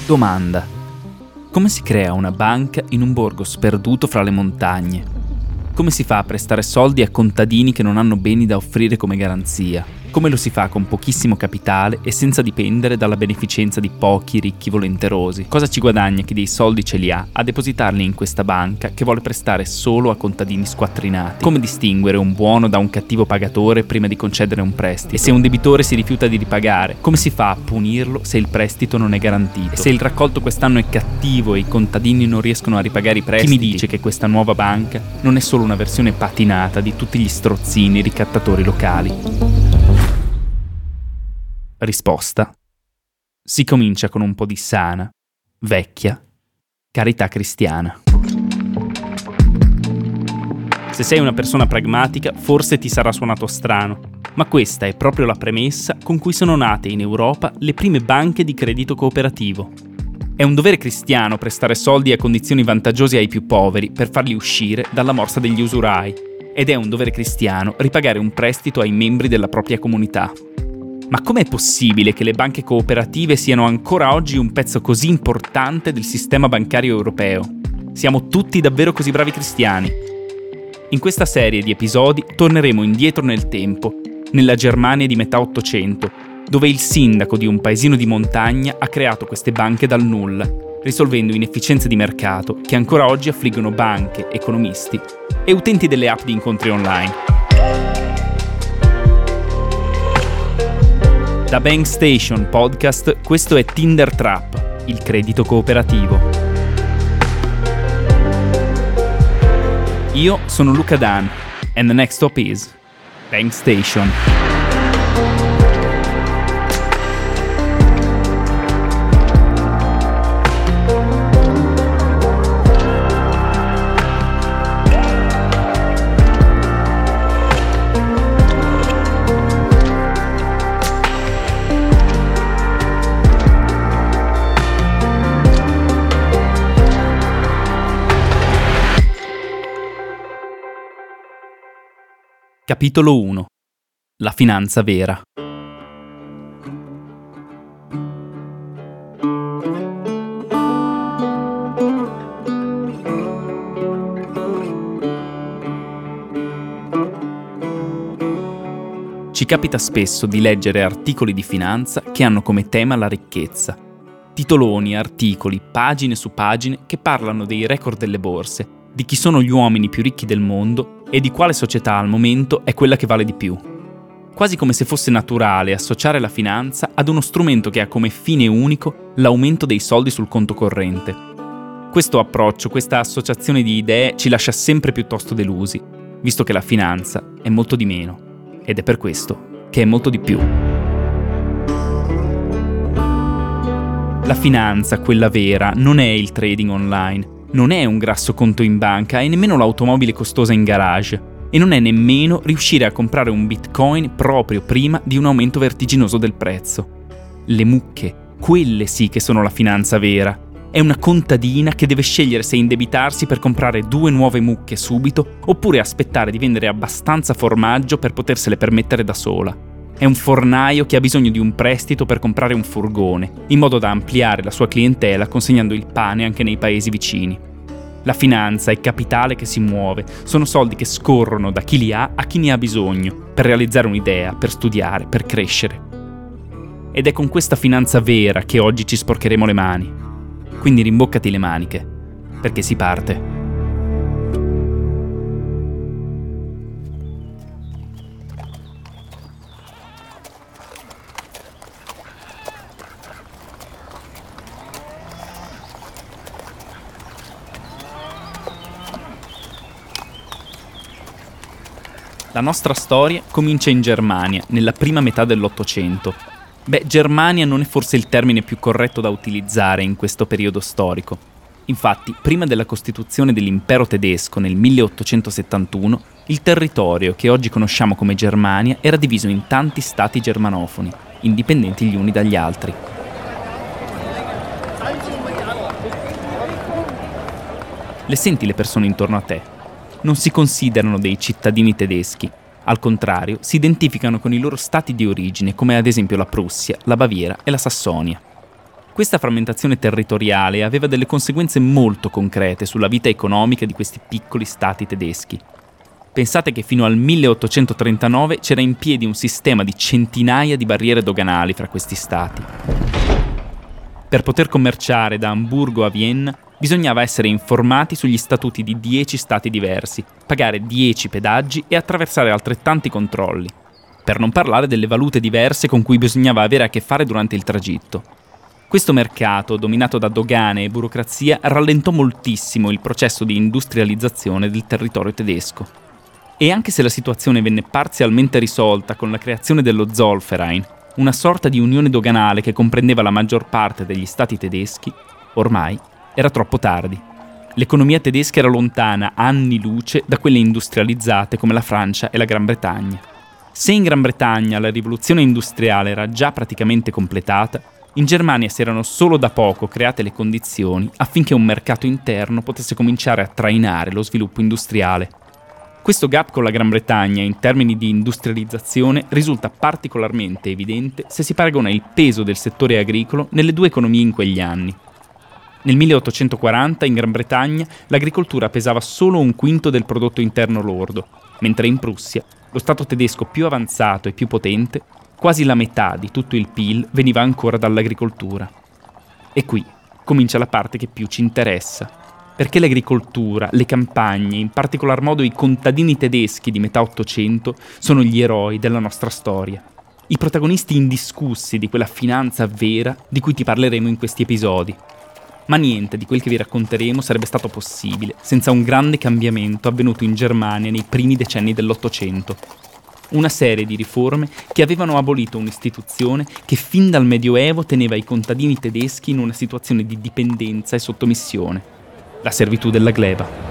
Domanda: come si crea una banca in un borgo sperduto fra le montagne? Come si fa a prestare soldi a contadini che non hanno beni da offrire come garanzia? Come lo si fa con pochissimo capitale e senza dipendere dalla beneficenza di pochi ricchi volenterosi? Cosa ci guadagna chi dei soldi ce li ha a depositarli in questa banca che vuole prestare solo a contadini squattrinati? Come distinguere un buono da un cattivo pagatore prima di concedere un prestito? E se un debitore si rifiuta di ripagare, come si fa a punirlo se il prestito non è garantito? E se il raccolto quest'anno è cattivo e i contadini non riescono a ripagare i prestiti, chi mi dice che questa nuova banca non è solo una versione patinata di tutti gli strozzini ricattatori locali? Risposta: si comincia con un po' di sana, vecchia carità cristiana. Se sei una persona pragmatica, forse ti sarà suonato strano, ma questa è proprio la premessa con cui sono nate in Europa le prime banche di credito cooperativo. È un dovere cristiano prestare soldi a condizioni vantaggiose ai più poveri per farli uscire dalla morsa degli usurai, ed è un dovere cristiano ripagare un prestito ai membri della propria comunità. Ma com'è possibile che le banche cooperative siano ancora oggi un pezzo così importante del sistema bancario europeo? Siamo tutti davvero così bravi cristiani? In questa serie di episodi torneremo indietro nel tempo, nella Germania di metà Ottocento, dove il sindaco di un paesino di montagna ha creato queste banche dal nulla, risolvendo inefficienze di mercato che ancora oggi affliggono banche, economisti e utenti delle app di incontri online. Da Bank Station Podcast, questo è Tinder Trap, il credito cooperativo. Io sono Luca Dan, and the next stop is Bank Station. Capitolo 1. La finanza vera. Ci capita spesso di leggere articoli di finanza che hanno come tema la ricchezza. Titoloni, articoli, pagine su pagine che parlano dei record delle borse, di chi sono gli uomini più ricchi del mondo e di quale società al momento è quella che vale di più. Quasi come se fosse naturale associare la finanza ad uno strumento che ha come fine unico l'aumento dei soldi sul conto corrente. Questo approccio, questa associazione di idee ci lascia sempre piuttosto delusi, visto che la finanza è molto di meno, ed è per questo che è molto di più. La finanza, quella vera, non è il trading online, non è un grasso conto in banca e nemmeno l'automobile costosa in garage, e non è nemmeno riuscire a comprare un bitcoin proprio prima di un aumento vertiginoso del prezzo. Le mucche, quelle sì che sono la finanza vera. È una contadina che deve scegliere se indebitarsi per comprare 2 nuove mucche subito oppure aspettare di vendere abbastanza formaggio per potersele permettere da sola. È un fornaio che ha bisogno di un prestito per comprare un furgone, in modo da ampliare la sua clientela consegnando il pane anche nei paesi vicini. La finanza è capitale che si muove, sono soldi che scorrono da chi li ha a chi ne ha bisogno, per realizzare un'idea, per studiare, per crescere. Ed è con questa finanza vera che oggi ci sporcheremo le mani. Quindi rimboccati le maniche, perché si parte. La nostra storia comincia in Germania, nella prima metà dell'Ottocento. Germania non è forse il termine più corretto da utilizzare in questo periodo storico. Infatti, prima della costituzione dell'impero tedesco nel 1871, il territorio che oggi conosciamo come Germania era diviso in tanti stati germanofoni, indipendenti gli uni dagli altri. Le senti le persone intorno a te? Non si considerano dei cittadini tedeschi, al contrario si identificano con i loro stati di origine come ad esempio la Prussia, la Baviera e la Sassonia. Questa frammentazione territoriale aveva delle conseguenze molto concrete sulla vita economica di questi piccoli stati tedeschi. Pensate che fino al 1839 c'era in piedi un sistema di centinaia di barriere doganali fra questi stati. Per poter commerciare da Amburgo a Vienna bisognava essere informati sugli statuti di 10 stati diversi, pagare 10 pedaggi e attraversare altrettanti controlli. Per non parlare delle valute diverse con cui bisognava avere a che fare durante il tragitto. Questo mercato, dominato da dogane e burocrazia, rallentò moltissimo il processo di industrializzazione del territorio tedesco. E anche se la situazione venne parzialmente risolta con la creazione dello Zollverein, una sorta di unione doganale che comprendeva la maggior parte degli stati tedeschi, ormai era troppo tardi. L'economia tedesca era lontana anni luce da quelle industrializzate come la Francia e la Gran Bretagna. Se in Gran Bretagna la rivoluzione industriale era già praticamente completata, in Germania si erano solo da poco create le condizioni affinché un mercato interno potesse cominciare a trainare lo sviluppo industriale. Questo gap con la Gran Bretagna in termini di industrializzazione risulta particolarmente evidente se si paragona il peso del settore agricolo nelle due economie in quegli anni. Nel 1840 in Gran Bretagna l'agricoltura pesava solo 1/5 del prodotto interno lordo, mentre in Prussia, lo stato tedesco più avanzato e più potente, quasi la metà di tutto il PIL veniva ancora dall'agricoltura. E qui comincia la parte che più ci interessa, perché l'agricoltura, le campagne, in particolar modo i contadini tedeschi di metà Ottocento, sono gli eroi della nostra storia. I protagonisti indiscussi di quella finanza vera di cui ti parleremo in questi episodi. Ma niente di quel che vi racconteremo sarebbe stato possibile senza un grande cambiamento avvenuto in Germania nei primi decenni dell'Ottocento. Una serie di riforme che avevano abolito un'istituzione che fin dal Medioevo teneva i contadini tedeschi in una situazione di dipendenza e sottomissione: la servitù della gleba.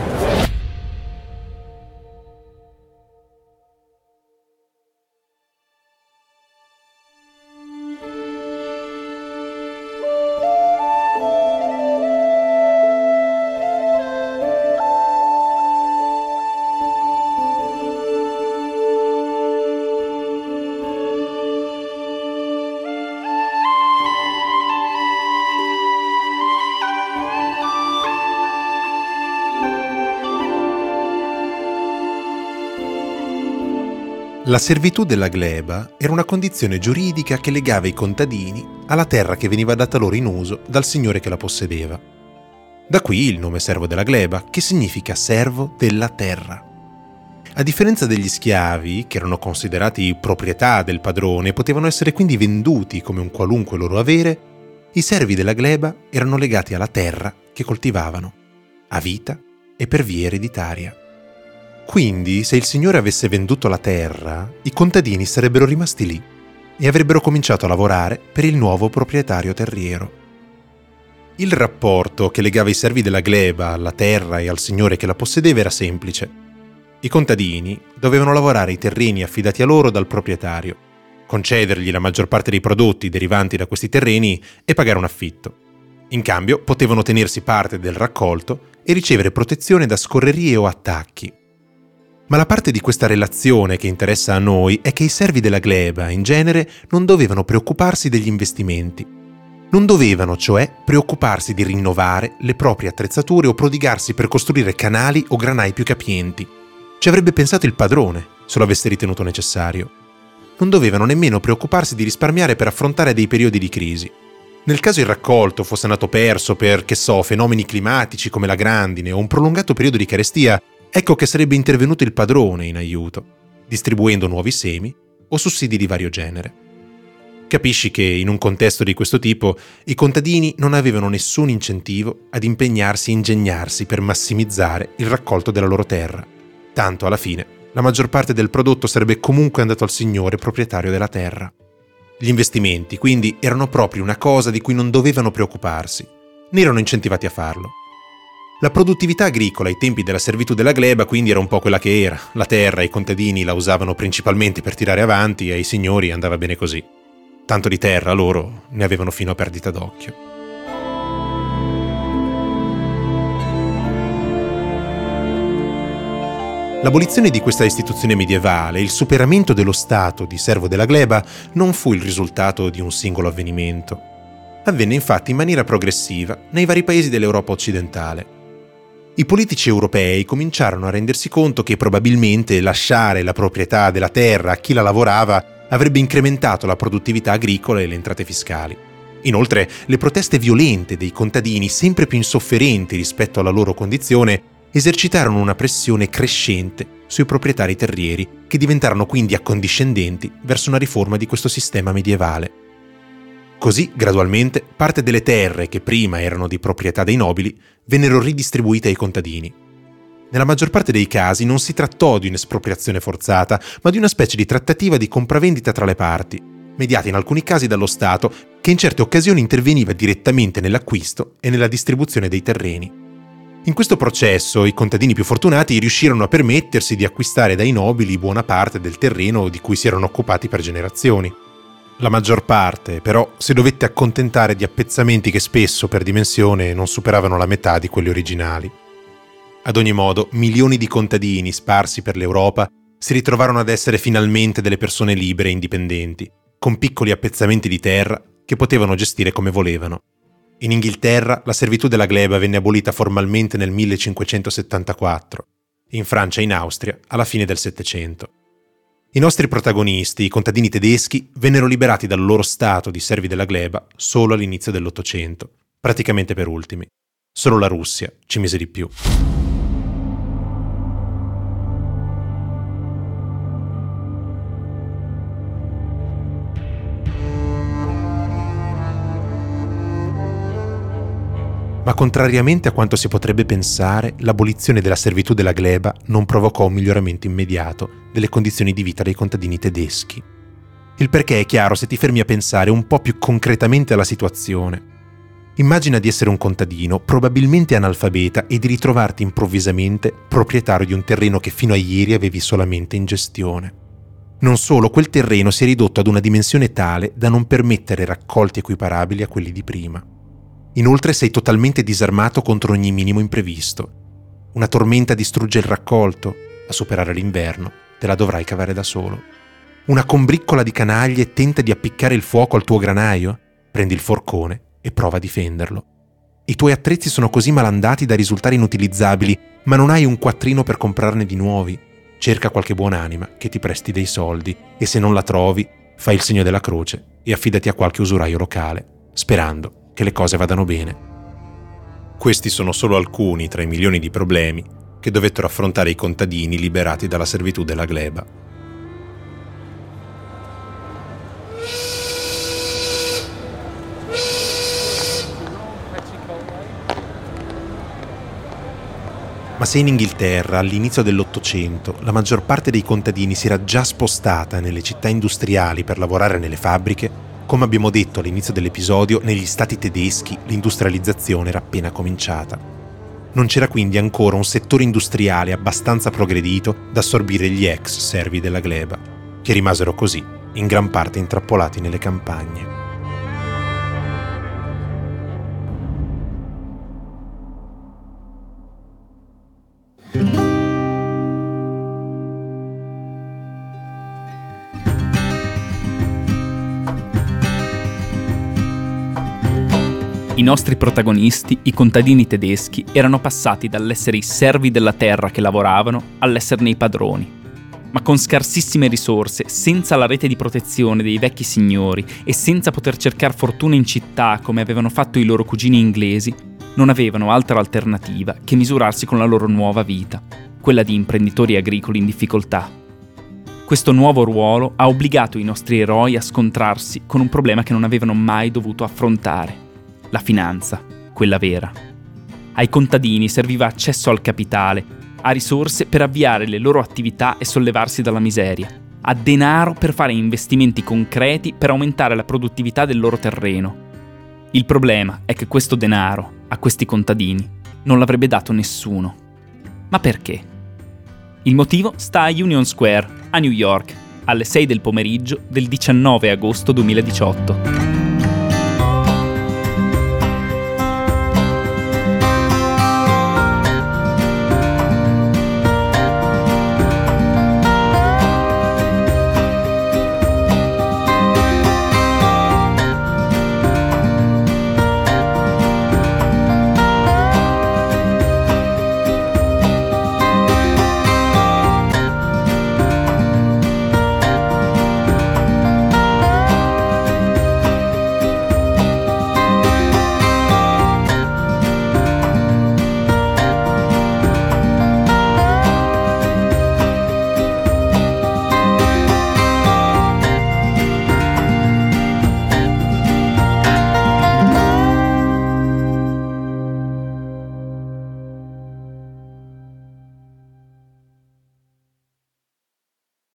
La servitù della gleba era una condizione giuridica che legava i contadini alla terra che veniva data loro in uso dal signore che la possedeva. Da qui il nome servo della gleba, che significa servo della terra. A differenza degli schiavi, che erano considerati proprietà del padrone e potevano essere quindi venduti come un qualunque loro avere, i servi della gleba erano legati alla terra che coltivavano, a vita e per via ereditaria. Quindi, se il signore avesse venduto la terra, i contadini sarebbero rimasti lì e avrebbero cominciato a lavorare per il nuovo proprietario terriero. Il rapporto che legava i servi della gleba alla terra e al signore che la possedeva era semplice. I contadini dovevano lavorare i terreni affidati a loro dal proprietario, concedergli la maggior parte dei prodotti derivanti da questi terreni e pagare un affitto. In cambio, potevano tenersi parte del raccolto e ricevere protezione da scorrerie o attacchi. Ma la parte di questa relazione che interessa a noi è che i servi della gleba, in genere, non dovevano preoccuparsi degli investimenti. Non dovevano, cioè, preoccuparsi di rinnovare le proprie attrezzature o prodigarsi per costruire canali o granai più capienti. Ci avrebbe pensato il padrone, se lo avesse ritenuto necessario. Non dovevano nemmeno preoccuparsi di risparmiare per affrontare dei periodi di crisi. Nel caso il raccolto fosse andato perso per, fenomeni climatici come la grandine o un prolungato periodo di carestia, ecco che sarebbe intervenuto il padrone in aiuto, distribuendo nuovi semi o sussidi di vario genere. Capisci che in un contesto di questo tipo i contadini non avevano nessun incentivo ad impegnarsi e ingegnarsi per massimizzare il raccolto della loro terra. Tanto alla fine la maggior parte del prodotto sarebbe comunque andato al signore proprietario della terra. Gli investimenti quindi erano proprio una cosa di cui non dovevano preoccuparsi, né erano incentivati a farlo. La produttività agricola ai tempi della servitù della gleba quindi era un po' quella che era. La terra i contadini la usavano principalmente per tirare avanti e ai signori andava bene così. Tanto di terra loro ne avevano fino a perdita d'occhio. L'abolizione di questa istituzione medievale e il superamento dello stato di servo della gleba non fu il risultato di un singolo avvenimento. avvenne infatti in maniera progressiva nei vari paesi dell'Europa occidentale. I politici europei cominciarono a rendersi conto che probabilmente lasciare la proprietà della terra a chi la lavorava avrebbe incrementato la produttività agricola e le entrate fiscali. Inoltre, le proteste violente dei contadini, sempre più insofferenti rispetto alla loro condizione, esercitarono una pressione crescente sui proprietari terrieri, che diventarono quindi accondiscendenti verso una riforma di questo sistema medievale. Così, gradualmente, parte delle terre che prima erano di proprietà dei nobili vennero ridistribuite ai contadini. Nella maggior parte dei casi non si trattò di un'espropriazione forzata, ma di una specie di trattativa di compravendita tra le parti, mediata in alcuni casi dallo Stato, che in certe occasioni interveniva direttamente nell'acquisto e nella distribuzione dei terreni. In questo processo i contadini più fortunati riuscirono a permettersi di acquistare dai nobili buona parte del terreno di cui si erano occupati per generazioni. La maggior parte, però, si dovette accontentare di appezzamenti che spesso, per dimensione, non superavano la metà di quelli originali. Ad ogni modo, milioni di contadini sparsi per l'Europa si ritrovarono ad essere finalmente delle persone libere e indipendenti, con piccoli appezzamenti di terra che potevano gestire come volevano. In Inghilterra la servitù della gleba venne abolita formalmente nel 1574, in Francia e in Austria alla fine del Settecento. I nostri protagonisti, i contadini tedeschi, vennero liberati dal loro stato di servi della gleba solo all'inizio dell'Ottocento, praticamente per ultimi. Solo la Russia ci mise di più. Ma contrariamente a quanto si potrebbe pensare, l'abolizione della servitù della gleba non provocò un miglioramento immediato delle condizioni di vita dei contadini tedeschi. Il perché è chiaro se ti fermi a pensare un po' più concretamente alla situazione. Immagina di essere un contadino, probabilmente analfabeta, e di ritrovarti improvvisamente proprietario di un terreno che fino a ieri avevi solamente in gestione. Non solo, quel terreno si è ridotto ad una dimensione tale da non permettere raccolti equiparabili a quelli di prima. Inoltre sei totalmente disarmato contro ogni minimo imprevisto. Una tormenta distrugge il raccolto, a superare l'inverno te la dovrai cavare da solo. Una combriccola di canaglie tenta di appiccare il fuoco al tuo granaio, prendi il forcone e prova a difenderlo. I tuoi attrezzi sono così malandati da risultare inutilizzabili, ma non hai un quattrino per comprarne di nuovi. Cerca qualche buonanima che ti presti dei soldi e se non la trovi, fai il segno della croce e affidati a qualche usuraio locale, sperando che le cose vadano bene. Questi sono solo alcuni tra i milioni di problemi che dovettero affrontare i contadini liberati dalla servitù della gleba. Ma se in Inghilterra, all'inizio dell'Ottocento, la maggior parte dei contadini si era già spostata nelle città industriali per lavorare nelle fabbriche, come abbiamo detto all'inizio dell'episodio, negli stati tedeschi l'industrializzazione era appena cominciata. Non c'era quindi ancora un settore industriale abbastanza progredito da assorbire gli ex servi della gleba, che rimasero così in gran parte intrappolati nelle campagne. I nostri protagonisti, i contadini tedeschi, erano passati dall'essere i servi della terra che lavoravano all'esserne i padroni. Ma con scarsissime risorse, senza la rete di protezione dei vecchi signori e senza poter cercare fortuna in città come avevano fatto i loro cugini inglesi, non avevano altra alternativa che misurarsi con la loro nuova vita, quella di imprenditori agricoli in difficoltà. Questo nuovo ruolo ha obbligato i nostri eroi a scontrarsi con un problema che non avevano mai dovuto affrontare: la finanza, quella vera. Ai contadini serviva accesso al capitale, a risorse per avviare le loro attività e sollevarsi dalla miseria, a denaro per fare investimenti concreti per aumentare la produttività del loro terreno. Il problema è che questo denaro, a questi contadini, non l'avrebbe dato nessuno. Ma perché? Il motivo sta a Union Square, a New York, alle 6 del pomeriggio del 19 agosto 2018.